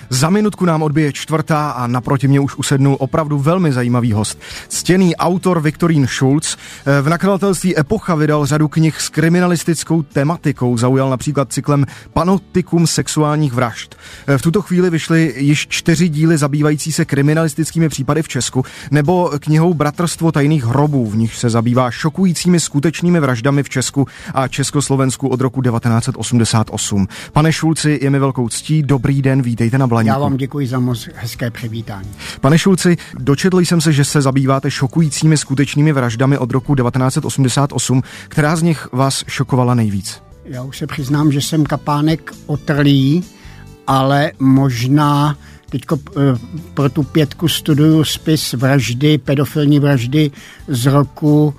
Za minutku nám odbije 4. a naproti mě už usednul opravdu velmi zajímavý host. Ctěný autor Viktorín Šulc. V nakladatelství Epocha vydal řadu knih s kriminalistickou tematikou. Zaujal například cyklem Panoptikum sexuálních vražd. V tuto chvíli vyšly již 4 díly zabývající se kriminalistickými případy v Česku, nebo knihou Bratrstvo tajných hrobů, v níž se zabývá šokujícími skutečnými vraždami v Česku a Československu od roku 1988. Pane Šulci, je mi velkou ctí. Dobrý den, vítejte na Blaníku. Já vám děkuji za moc hezké přivítání. Pane Šulci, dočetl jsem se, že se zabýváte šokujícími skutečnými vraždami od roku 1988. Která z nich vás šokovala nejvíc? Já už se přiznám, že jsem kapánek otrlý, ale možná teďko pro tu 5 studuju spis vraždy, pedofilní vraždy z roku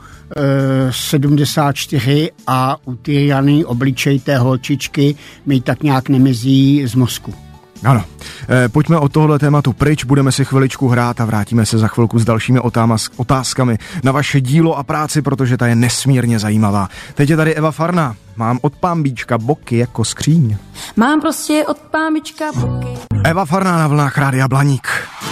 74 a utyraný obličej té holčičky mi tak nějak nemizí z mozku. Ano, pojďme od tohohle tématu pryč, budeme si chviličku hrát a vrátíme se za chvilku s dalšími otázkami na vaše dílo a práci, protože ta je nesmírně zajímavá. Teď je tady Eva Farná. Mám od Pámbička boky jako skříň. Mám prostě od Pámbička boky. Eva Farná na vlnách Rádia Blaník.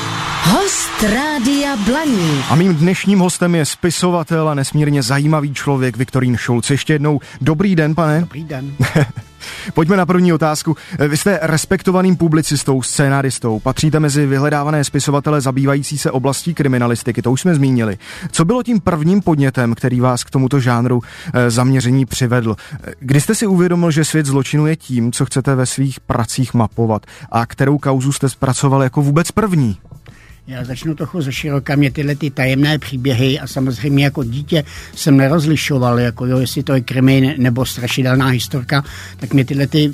Host Rádia Blaník. A mým dnešním hostem je spisovatel a nesmírně zajímavý člověk Viktorín Šulc. Ještě jednou dobrý den, pane. Dobrý den. Pojďme na první otázku. Vy jste respektovaným publicistou, scénáristou, patříte mezi vyhledávané spisovatele zabývající se oblastí kriminalistiky, to už jsme zmínili. Co bylo tím prvním podnětem, který vás k tomuto žánru zaměření přivedl? Kdy jste si uvědomil, že svět zločinu je tím, co chcete ve svých pracích mapovat, a kterou kauzu jste zpracoval jako vůbec první? Já začnu trochu ze široka. Mě tyhle ty tajemné příběhy a samozřejmě jako dítě jsem nerozlišoval, jako jo, jestli to je krimi nebo strašidelná historka, tak mě tyhle ty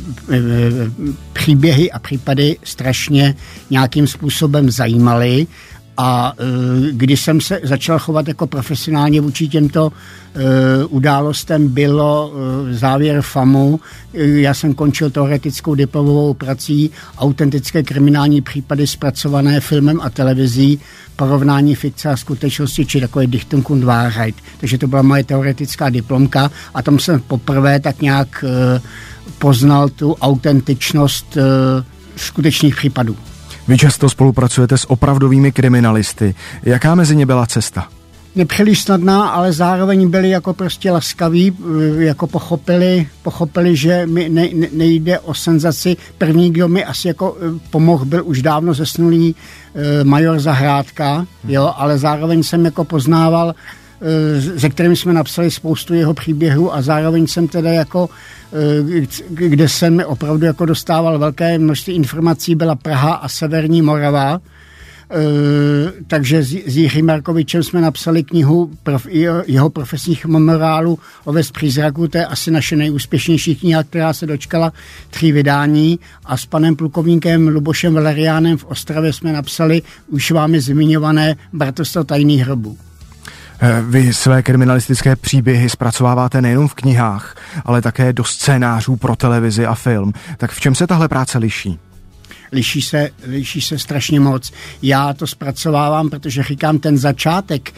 příběhy a případy strašně nějakým způsobem zajímaly. A když jsem se začal chovat jako profesionálně vůči těmto událostem, bylo závěr FAMu. Já jsem končil teoretickou diplomovou prací Autentické kriminální případy zpracované filmem a televizí, porovnání fikce a skutečnosti, či takové Dichtung und Wahrheit. Takže to byla moje teoretická diplomka a tam jsem poprvé tak nějak poznal tu autentičnost skutečných případů. Vy často spolupracujete s opravdovými kriminalisty. Jaká mezi ně byla cesta? Nepříliš snadná, ale zároveň byli jako prostě laskaví, jako pochopili, že mi nejde o senzaci. První, kdo mi asi jako pomohl, byl už dávno zesnulý major Zahrádka, jo, ale zároveň jsem jako poznával, se kterým jsme napsali spoustu jeho příběhů a zároveň jsem teda jako, kde jsem opravdu jako dostával velké množství informací, byla Praha a Severní Morava. Takže s Jiřím Markovičem jsme napsali knihu jeho profesních memoriálů Lovec přízraků, to je asi naše nejúspěšnější kniha, která se dočkala 3 vydání, a s panem plukovníkem Lubošem Valeriánem v Ostravě jsme napsali už vámi zmiňované Bratrstvo tajných hrobů. Vy své kriminalistické příběhy zpracováváte nejenom v knihách, ale také do scénářů pro televizi a film. Tak v čem se tahle práce liší? Liší se strašně moc. Já to zpracovávám, protože říkám, ten začátek,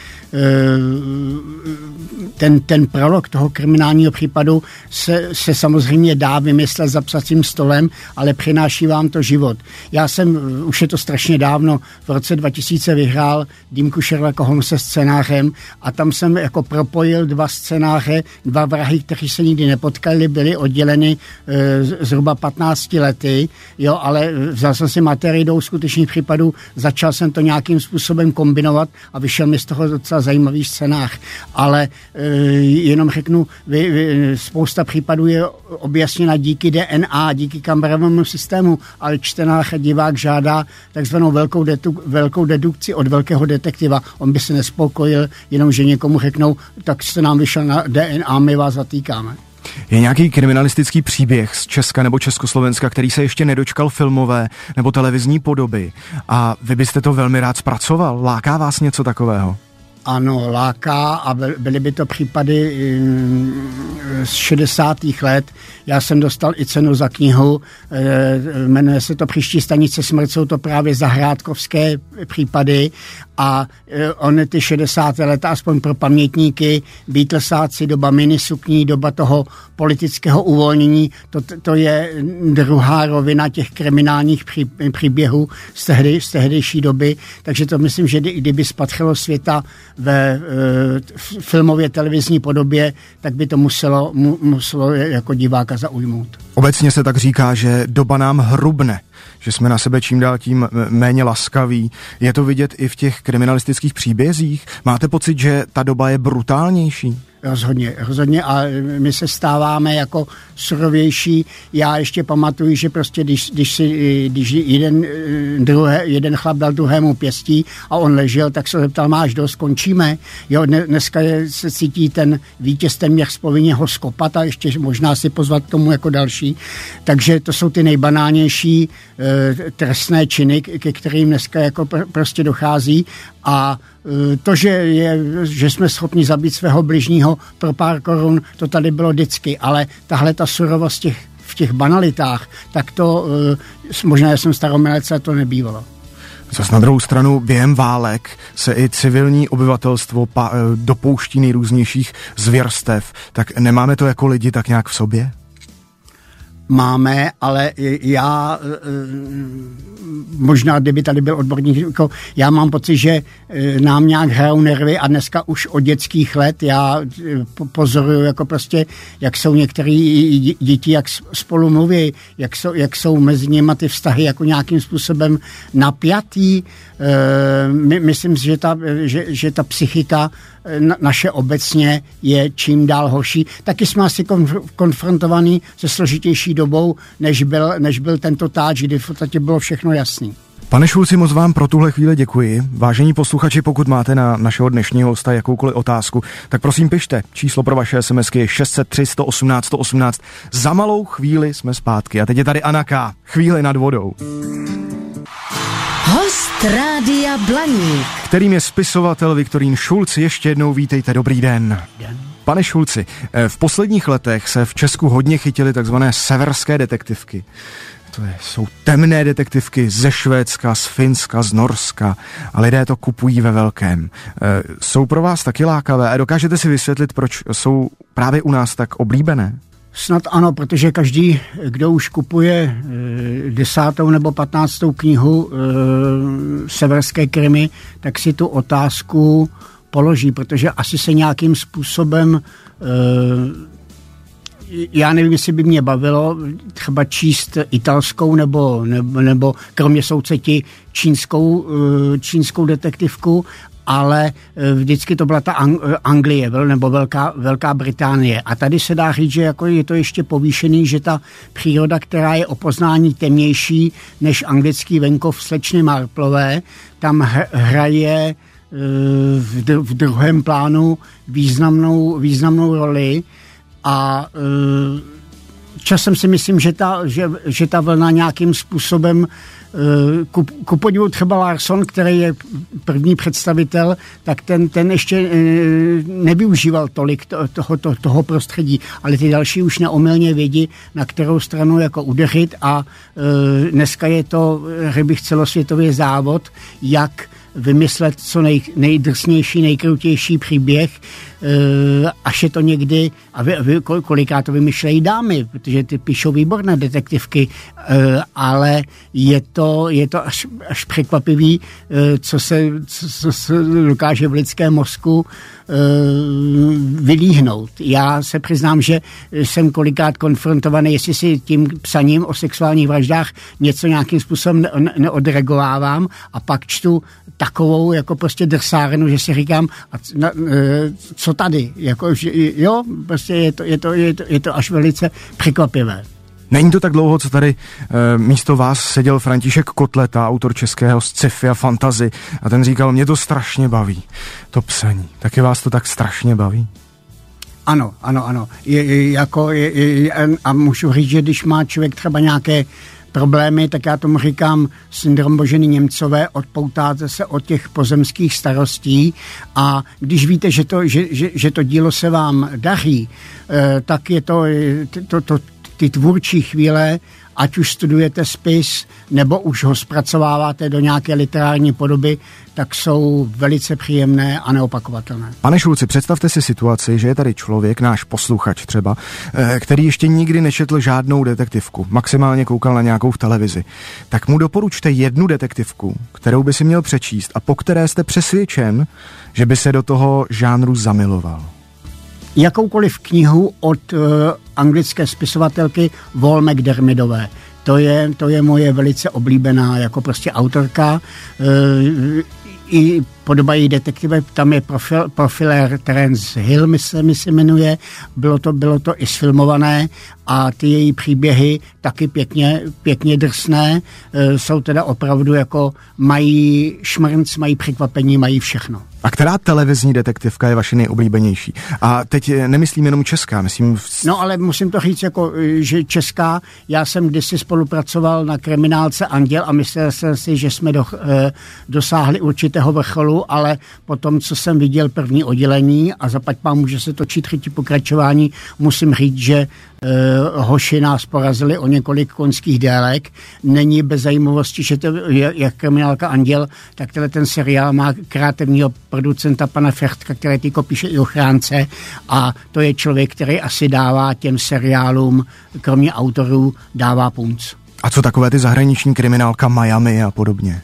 ten prolog toho kriminálního případu se samozřejmě dá vymyslet za psacím stolem, ale přináší vám to život. Já jsem, už je to strašně dávno, v roce 2000 vyhrál Dýmku Sherlocka Holmese scénářem a tam jsem jako propojil 2 scénáře, 2 vrahy, kteří se nikdy nepotkali, byli odděleni zhruba 15 lety, jo, ale vzal jsem si materii do skutečných případů, začal jsem to nějakým způsobem kombinovat a vyšel mi z toho docela zajímavý scénář. Ale jenom řeknu, spousta případů je objasněna díky DNA, díky kamerovému systému, ale čtenář a divák žádá takzvanou velkou dedukci od velkého detektiva. On by se nespokojil, jenom že někomu řeknou, tak jste nám vyšel na DNA, my vás zatýkáme. Je nějaký kriminalistický příběh z Česka nebo Československa, který se ještě nedočkal filmové nebo televizní podoby a vy byste to velmi rád zpracoval? Láká vás něco takového? Ano, láká a byly by to případy z 60. let. Já jsem dostal i cenu za knihu, jmenuje se to Příští stanice smrt, jsou to právě zahrádkovské případy a ony ty 60. leta, aspoň pro pamětníky, Beatlesáci, doba minisukní, doba toho politického uvolnění, to je druhá rovina těch kriminálních příběhů z tehdejší doby, takže to myslím, že kdyby spatřilo světa ve filmově televizní podobě, tak by to muselo jako diváka zaujmout. Obecně se tak říká, že doba nám hrubne, že jsme na sebe čím dál tím méně laskaví. Je to vidět i v těch kriminalistických příbězích? Máte pocit, že ta doba je brutálnější? Rozhodně a my se stáváme jako surovější. Já ještě pamatuju, že prostě když jeden chlap dal druhému pěstí a on ležel, tak se zeptal, máš dost, končíme. Jo, dneska se cítí ten vítěz téměř povinně ho skopat a ještě možná si pozvat k tomu jako další. Takže to jsou ty nejbanálnější trestné činy, ke kterým dneska jako prostě dochází a to, že jsme schopni zabít svého bližního pro pár korun, to tady bylo vždycky, ale tahle ta surovost v těch banalitách, tak to možná jsem staromilec, a to nebývalo. Zas na druhou stranu během válek se i civilní obyvatelstvo dopouští nejrůznějších zvěrstev, tak nemáme to jako lidi tak nějak v sobě? Máme, ale já možná, kdyby tady byl odborník, jako já mám pocit, že nám nějak hrajou nervy a dneska už od dětských let já pozoruju jako prostě, jak jsou některý děti, jak spolu mluví, jak jsou mezi nimi ty vztahy jako nějakým způsobem napjatý. Myslím si, že ta psychika naše obecně je čím dál horší. Taky jsme asi konfrontovaní se složitější dobou, než byl tento táč, kdy v podstatě bylo všechno jasný. Pane Šulci, moc vám pro tuhle chvíli děkuji. Vážení posluchači, pokud máte na našeho dnešního hosta jakoukoliv otázku, tak prosím pište. Číslo pro vaše SMSky je 603 118 118. Za malou chvíli jsme zpátky. A teď je tady Anna K. Chvíli nad vodou. Host Rádia Blaník, Kterým je spisovatel Viktorín Šulc. Ještě jednou vítejte, dobrý den. Pane Šulci, v posledních letech se v Česku hodně chytily takzvané severské detektivky. Jsou temné detektivky ze Švédska, z Finska, z Norska a lidé to kupují ve velkém. Jsou pro vás taky lákavé a dokážete si vysvětlit, proč jsou právě u nás tak oblíbené? Snad ano, protože každý, kdo už kupuje 10. nebo 15. knihu severské krimi, tak si tu otázku položí, protože asi se nějakým způsobem já nevím, jestli by mě bavilo třeba číst italskou nebo kromě souceti čínskou detektivku, ale vždycky to byla ta Anglie nebo Velká Británie. A tady se dá říct, že jako je to ještě povýšený, že ta příroda, která je o poznání temnější než anglický venkov slečny Marplové, tam hraje v druhém plánu významnou roli a časem si myslím, že ta vlna nějakým způsobem ku podivu třeba Larson, který je první představitel, tak ten ještě nevyužíval tolik toho prostředí, ale ty další už neomylně vědí, na kterou stranu jako udeřit a dneska je to, bych celosvětový závod, jak vymyslet co nejdrsnější, nejkrutější příběh, až je to někdy, a kolikrát to vymyšlejí dámy, protože ty píšou výborné detektivky, ale je to až překvapivý, co se dokáže v lidském mozku vylíhnout. Já se přiznám, že jsem kolikrát konfrontovaný, jestli si tím psaním o sexuálních vraždách něco nějakým způsobem neodregulovávám a pak čtu takovou jako prostě drsárnu, že si říkám, co tady? Jako, jo, prostě je to až velice překvapivé. Není to tak dlouho, co tady místo vás seděl František Kotleta, autor českého sci-fi a fantasy, a ten říkal, mě to strašně baví, to psaní. Taky vás to tak strašně baví? Ano. A můžu říct, že když má člověk třeba nějaké problémy, tak já tomu říkám syndrom Boženy Němcové, odpoutáte se od těch pozemských starostí a když víte, že to dílo se vám daří, tak je ty tvůrčí chvíle ať už studujete spis, nebo už ho zpracováváte do nějaké literární podoby, tak jsou velice příjemné a neopakovatelné. Pane Šulci, představte si situaci, že je tady člověk, náš posluchač třeba, který ještě nikdy nečetl žádnou detektivku, maximálně koukal na nějakou v televizi. Tak mu doporučte jednu detektivku, kterou by si měl přečíst a po které jste přesvědčen, že by se do toho žánru zamiloval. Jakoukoliv knihu od anglické spisovatelky Val McDermidové. To je moje velice oblíbená jako prostě autorka. I podoba její detektivy, tam je profilér Terence Hill, mi se jmenuje, bylo to i sfilmované a ty její příběhy taky pěkně drsné, jsou teda opravdu jako mají šmrnc, mají překvapení, mají všechno. A která televizní detektivka je vaše nejoblíbenější? A teď nemyslím jenom česká, myslím... No ale musím to říct, jako, že česká, já jsem kdysi spolupracoval na kriminálce Anděl a myslel jsem si, že jsme dosáhli určitého vrcholu, ale po tom, co jsem viděl první oddělení a zaplať pámu, že se točí třetí pokračování, musím říct, že hoši nás porazili o několik koňských délek. Není bez zajímavosti, že to je kriminálka Anděl, tak ten seriál má kreativního producenta pana Fertka, který tyko píše i Ochránce a to je člověk, který asi dává těm seriálům, kromě autorů, dává punc. A co takové ty zahraniční kriminálka Miami a podobně?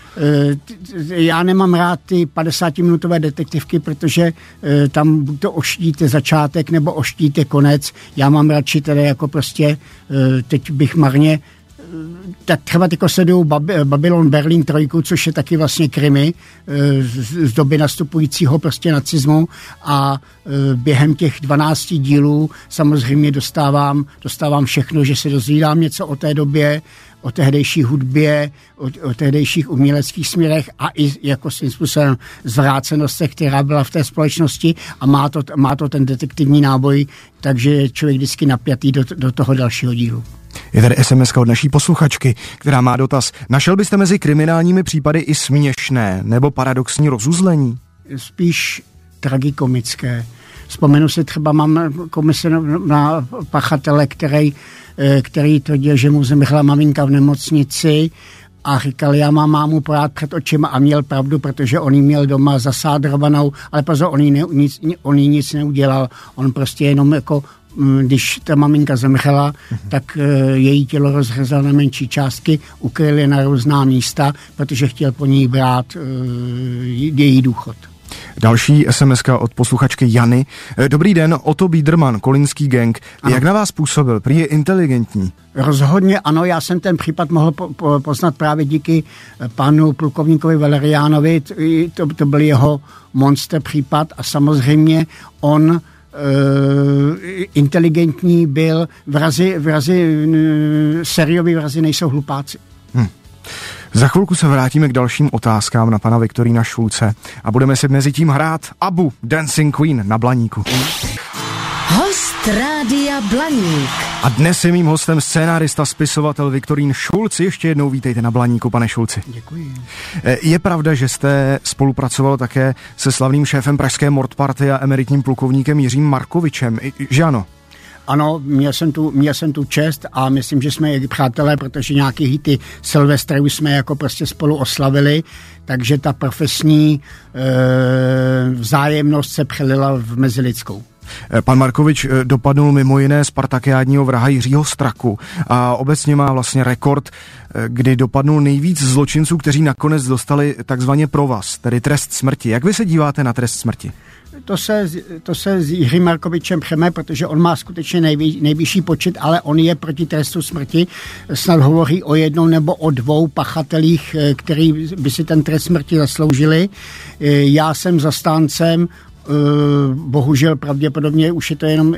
Já nemám rád ty 50-minutové detektivky, protože tam buď to oštíte začátek nebo oštíte konec. Já mám radši tedy jako prostě, teď bych marně, tak třeba tyko sleduju Babylon Berlin 3, což je taky vlastně krimi z doby nastupujícího prostě nacismu a během těch 12 dílů samozřejmě dostávám všechno, že se dozvídám něco o té době, o tehdejší hudbě, o tehdejších uměleckých směrech a i jako svým způsobem zvrácenostech, která byla v té společnosti a má to ten detektivní náboj, takže je člověk vždycky napjatý do toho dalšího dílu. Je tady SMS-ka od naší posluchačky, která má dotaz. Našel byste mezi kriminálními případy i směšné nebo paradoxní rozuzlení? Spíš tragikomické. Vzpomenu si třeba, mám komise na pachatele, který tvrdil, že mu zemřela maminka v nemocnici a říkal, já mám mámu pořád před očima a měl pravdu, protože on jí měl doma zasádrovanou, ale pozor, on jí nic neudělal. On prostě jenom jako když ta maminka zemřela, tak její tělo rozřezal na menší částky, ukryl je na různá místa, protože chtěl po ní brát její důchod. Další SMS-ka od posluchačky Jany. Dobrý den, Otto Biederman, kolínský gang. Ano. Jak na vás působil? Prý je inteligentní. Rozhodně ano, já jsem ten případ mohl poznat právě díky panu plukovníkovi Valeriánovi. To byl jeho monster případ a samozřejmě on inteligentní byl, sérioví vrazi nejsou hlupáci. Za chvilku se vrátíme k dalším otázkám na pana Viktorína Šulce a budeme si mezi tím hrát Abu, Dancing Queen na Blaníku. Host Rádia Blaník. A dnes je mým hostem scénárista, spisovatel Viktorín Šulc. Ještě jednou vítejte na Blaníku, pane Šulci. Děkuji. Je pravda, že jste spolupracoval také se slavným šéfem pražské Mordparty a emeritním plukovníkem Jiřím Markovičem, že ano? Ano, měl jsem tu čest a myslím, že jsme i přátelé, protože nějaký hity Silvestry už jsme jako prostě spolu oslavili, takže ta profesní vzájemnost se přelila v mezilidskou. Pan Markovič dopadnul mimo jiné spartakiádního vraha Jiřího Straku a obecně má vlastně rekord, kdy dopadnul nejvíc zločinců, kteří nakonec dostali takzvaně provaz, tedy trest smrti. Jak vy se díváte na trest smrti? To se s Jiřím Markovičem přeme, protože on má skutečně nejvyšší počet, ale on je proti trestu smrti. Snad hovoří o jednou nebo o dvou pachatelích, který by si ten trest smrti zasloužili. Já jsem zastáncem, bohužel pravděpodobně už je to jenom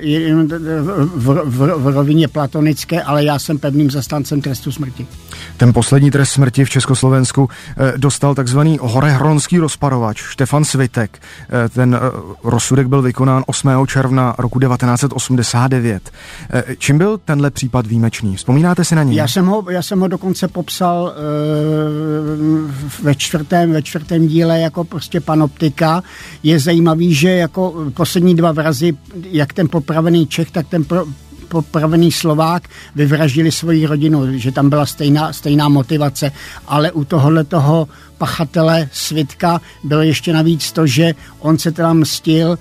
v rovině platonické, ale já jsem pevným zastáncem trestu smrti. Ten poslední trest smrti v Československu dostal takzvaný horehronský rozparovač Štefan Svitek. Ten rozsudek byl vykonán 8. června roku 1989. Čím byl tenhle případ výjimečný? Vzpomínáte si na něj? Já jsem ho dokonce popsal ve čtvrtém díle jako prostě panoptika. Je zajímavý, že jako poslední dva vrazy, jak ten popravený Čech, tak ten popravený Slovák vyvraždili svoji rodinu, že tam byla stejná motivace, ale u tohoto pachatele Svitka bylo ještě navíc to, že on se teda mstil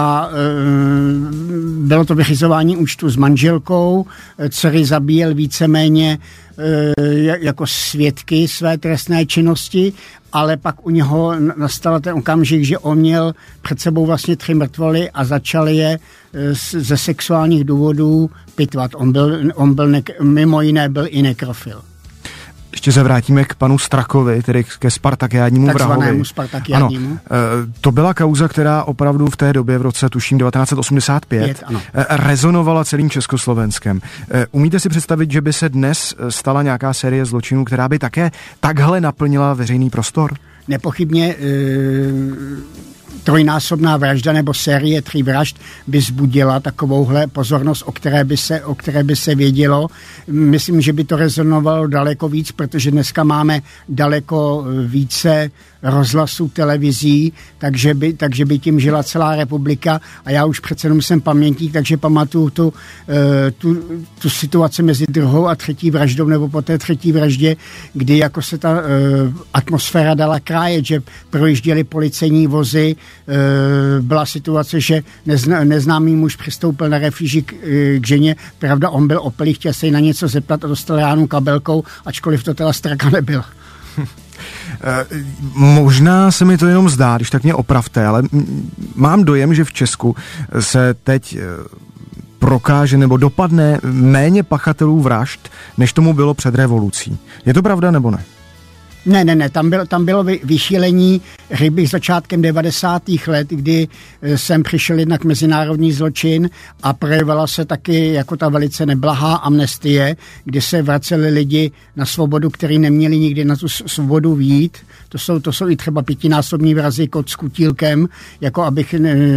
bylo to vyřizování účtu s manželkou, dcery zabíjel víceméně jako svědky své trestné činnosti, ale pak u něho nastal ten okamžik, že on měl před sebou vlastně 3 mrtvoly a začal je ze sexuálních důvodů pitvat. On byl mimo jiné byl i nekrofil. Ještě se vrátíme k panu Strakovi, tedy ke Spartakiádnímu vrahovi. Takzvanému Spartakiádnímu. Ano, to byla kauza, která opravdu v té době, v roce tuším 1985, rezonovala celým Československem. Umíte si představit, že by se dnes stala nějaká série zločinů, která by také takhle naplnila veřejný prostor? Nepochybně trojnásobná vražda nebo série 3 vražd by vzbudila takovouhle pozornost, o které by se vědělo. Myslím, že by to rezonovalo daleko víc, protože dneska máme daleko více rozhlasů, televizí, takže by tím žila celá republika a já už přece jenom jsem pamětník, takže pamatuju tu situaci mezi 2. a 3. vraždou nebo po té 3. vraždě, kdy jako se ta atmosféra dala krájet, že projížděly policejní vozy, byla situace, že neznámý muž přistoupil na refýži k ženě, pravda, on byl opilý, chtěl se jí na něco zeptat a dostal ránu kabelkou, ačkoliv to teda Straka nebyl. Možná se mi to jenom zdá, když tak mě opravte, ale mám dojem, že v Česku se teď prokáže nebo dopadne méně pachatelů vražd, než tomu bylo před revolucí. Je to pravda nebo ne? Ne, tam bylo vychýlení ryby začátkem 90. let, kdy sem přišel jednak mezinárodní zločin a projevala se taky jako ta velice neblahá amnestie, kdy se vraceli lidi na svobodu, kteří neměli nikdy na tu svobodu vyjít. To jsou i třeba 5násobní vrazy Kot s Kutílkem, jako abych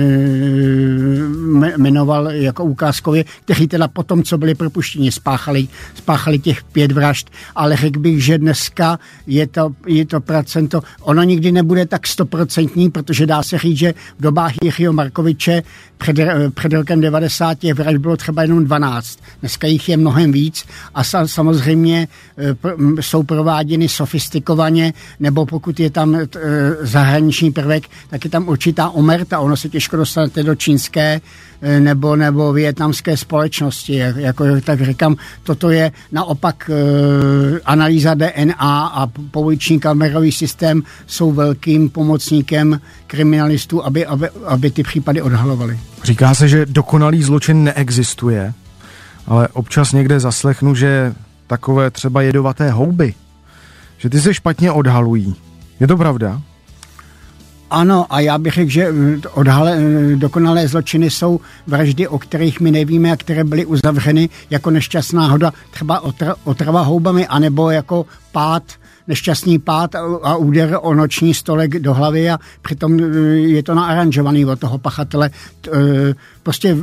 jmenoval jako ukázkově, kteří teda potom, co byli propuštěni, spáchali těch 5 vražd, ale řekl bych, že dneska je to procento, ono nikdy nebude tak 100%, protože dá se říct, že v dobách Jiřího Markoviče před rokem 90 vražd bylo třeba jenom 12. Dneska jich je mnohem víc a samozřejmě jsou prováděny sofistikovaně, nebo pokud je tam zahraniční prvek, tak je tam určitá omerta. Ono se těžko dostanete do čínské nebo vietnamské společnosti. Jako tak říkám, toto je naopak analýza DNA a pouliční kamerový systém jsou velkým pomocníkem kriminalistů, aby ty případy odhalovali. Říká se, že dokonalý zločin neexistuje, ale občas někde zaslechnu, že takové třeba jedovaté houby, že ty se špatně odhalují. Je to pravda? Ano, a já bych řekl, že dokonalé zločiny jsou vraždy, o kterých my nevíme a které byly uzavřeny jako nešťastná hoda, třeba otrava houbami, anebo jako nešťastný pád a úder o noční stolek do hlavy a přitom je to naaranžovaný od toho pachatele. Prostě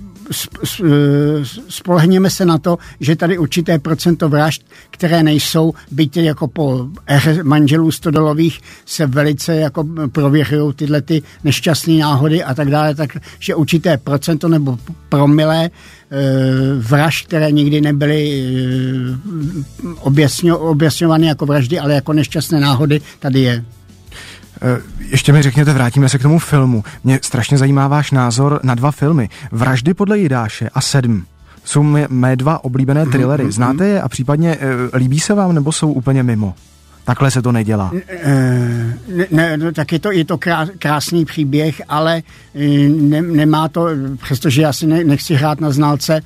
spolehněme se na to, že tady určité procento vražd, které nejsou, byť jako po éře manželů Stodolových se velice jako prověřují tyhle ty nešťastné náhody a tak dále, takže určité procento nebo promile vražd, které nikdy nebyly objasňovány jako vraždy, ale jako nešťastné náhody, tady je. Ještě mi řekněte, vrátíme se k tomu filmu. Mě strašně zajímá váš názor na 2 filmy. Vraždy podle Jidáše a 7. Jsou mé 2 oblíbené thrillery. Znáte je a případně líbí se vám, nebo jsou úplně mimo? Takhle se to nedělá. Tak je to krásný příběh, ale nemá to, přestože já si nechci hrát na znalce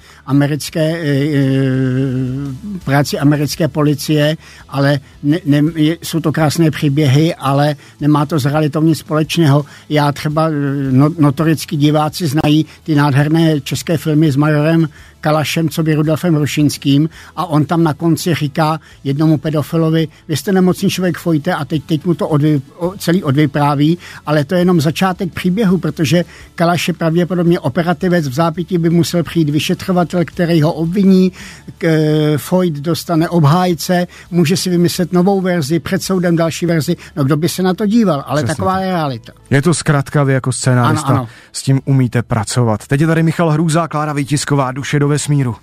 práci americké policie, ale jsou to krásné příběhy, ale nemá to s realitou nic společného. Já třeba notoricky diváci znají ty nádherné české filmy s majorem Kalašem, co by Rudolfem Hrušinským a on tam na konci říká jednomu pedofilovi, vy jste nemocný člověk, fojte a teď mu to celý odvypráví, ale to je jenom začátek příběhu, protože Kalaš je pravděpodobně operativec, v zápětí by musel přijít vyšetřovatel, který ho obviní, Foyt dostane obhájce, může si vymyslet novou verzi, před soudem další verzi, no kdo by se na to díval, ale přesně. Taková je realita. Je to zkrátka, vy jako scénárista ano. S tím umíte pracovat. Teď je tady Michal Hrůza, Klára Vítisková, Duše do vesmíru.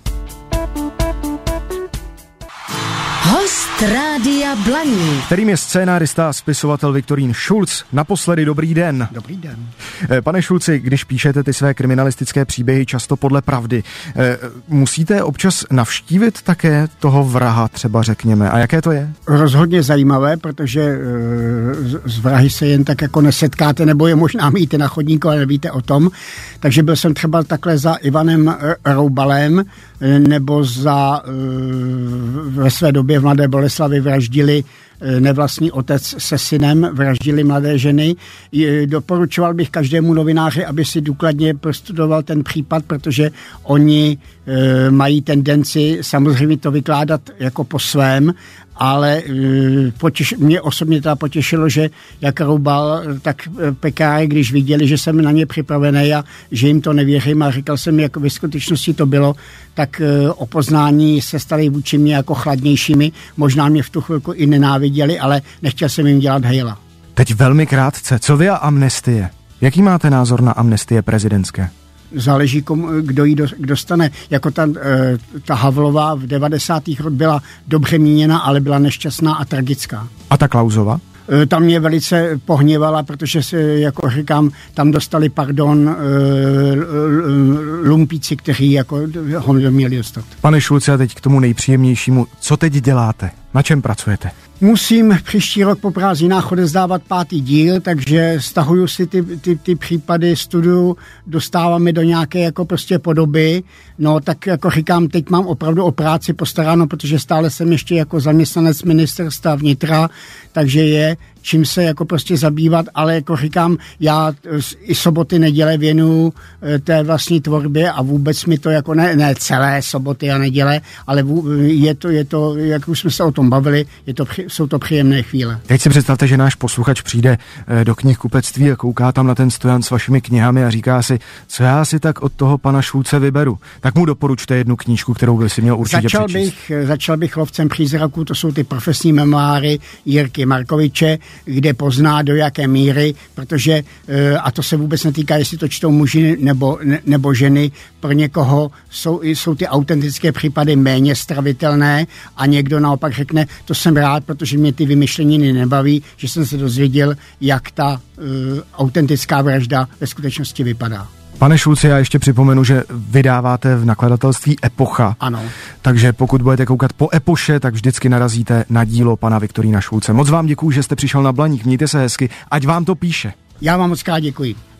Host Rádia Blaník. Kterým je scénárista a spisovatel Viktorín Šulc. Naposledy dobrý den. Dobrý den. Pane Šulci, když píšete ty své kriminalistické příběhy často podle pravdy, musíte občas navštívit také toho vraha, třeba řekněme. A jaké to je? Rozhodně zajímavé, protože z vrahy se jen tak jako nesetkáte, nebo je možná míte na chodníku, ale nevíte o tom. Takže byl jsem třeba takhle za Ivanem Roubalem, nebo ve své době v Mladé Boleslavi vraždili nevlastní otec se synem, vraždili mladé ženy. Doporučoval bych každému novináři, aby si důkladně prostudoval ten případ, protože oni mají tendenci samozřejmě to vykládat jako po svém, ale mě osobně teda potěšilo, že jak Roubal, tak Pekáry, když viděli, že jsem na ně připravený a že jim to nevěřím a říkal jsem, jak ve skutečnosti to bylo, tak o poznání se stali vůči mě jako chladnějšími. Možná mě v tu chvilku i nenáviděli, ale nechtěl jsem jim dělat hejla. Teď velmi krátce, co vy a amnestie? Jaký máte názor na amnestie prezidentské? Záleží, kdo ji dostane. Jako ta Havlová v 90. letech byla dobře míněna, ale byla nešťastná a tragická. A ta Klausova? Tam mě velice pohněvala, protože, jako říkám, tam dostali pardon lumpíci, kteří jako ho měli dostat. Pane Šulci, a teď k tomu nejpříjemnějšímu. Co teď děláte? Na čem pracujete? Musím příští rok po prázdninách odevzdávat 5. díl, takže stahuju si ty případy, studuju, dostáváme do nějaké jako prostě podoby. No tak jako říkám, teď mám opravdu o práci postaráno, protože stále jsem ještě jako zaměstnanec ministerstva vnitra, takže je čím se jako prostě zabývat, ale jako říkám, já i soboty, neděle věnuju té vlastní tvorbě a vůbec mi to jako ne celé soboty a neděle, ale je to, jak už jsme se o tom bavili, jsou to příjemné chvíle. Teď si představte, že náš posluchač přijde do knihkupectví a kouká tam na ten stojan s vašimi knihami a říká si, co já si tak od toho pana Šulce vyberu. Tak mu doporučte jednu knížku, kterou by si měl určitě přečíst. Začal bych Lovcem přízraků, to jsou ty profesní memoáry Jirky Markoviče, kde pozná, do jaké míry, protože, a to se vůbec netýká, jestli to čtou muži nebo ženy, pro někoho jsou ty autentické případy méně stravitelné a někdo naopak řekne, to jsem rád, protože mě ty vymyšleniny nebaví, že jsem se dozvěděl, jak ta autentická vražda ve skutečnosti vypadá. Pane Šulci, já ještě připomenu, že vydáváte v nakladatelství Epocha. Ano. Takže pokud budete koukat po Epoše, tak vždycky narazíte na dílo pana Viktorína Šulce. Moc vám děkuju, že jste přišel na Blaník. Mějte se hezky, ať vám to píše. Já vám moc krát děkuji.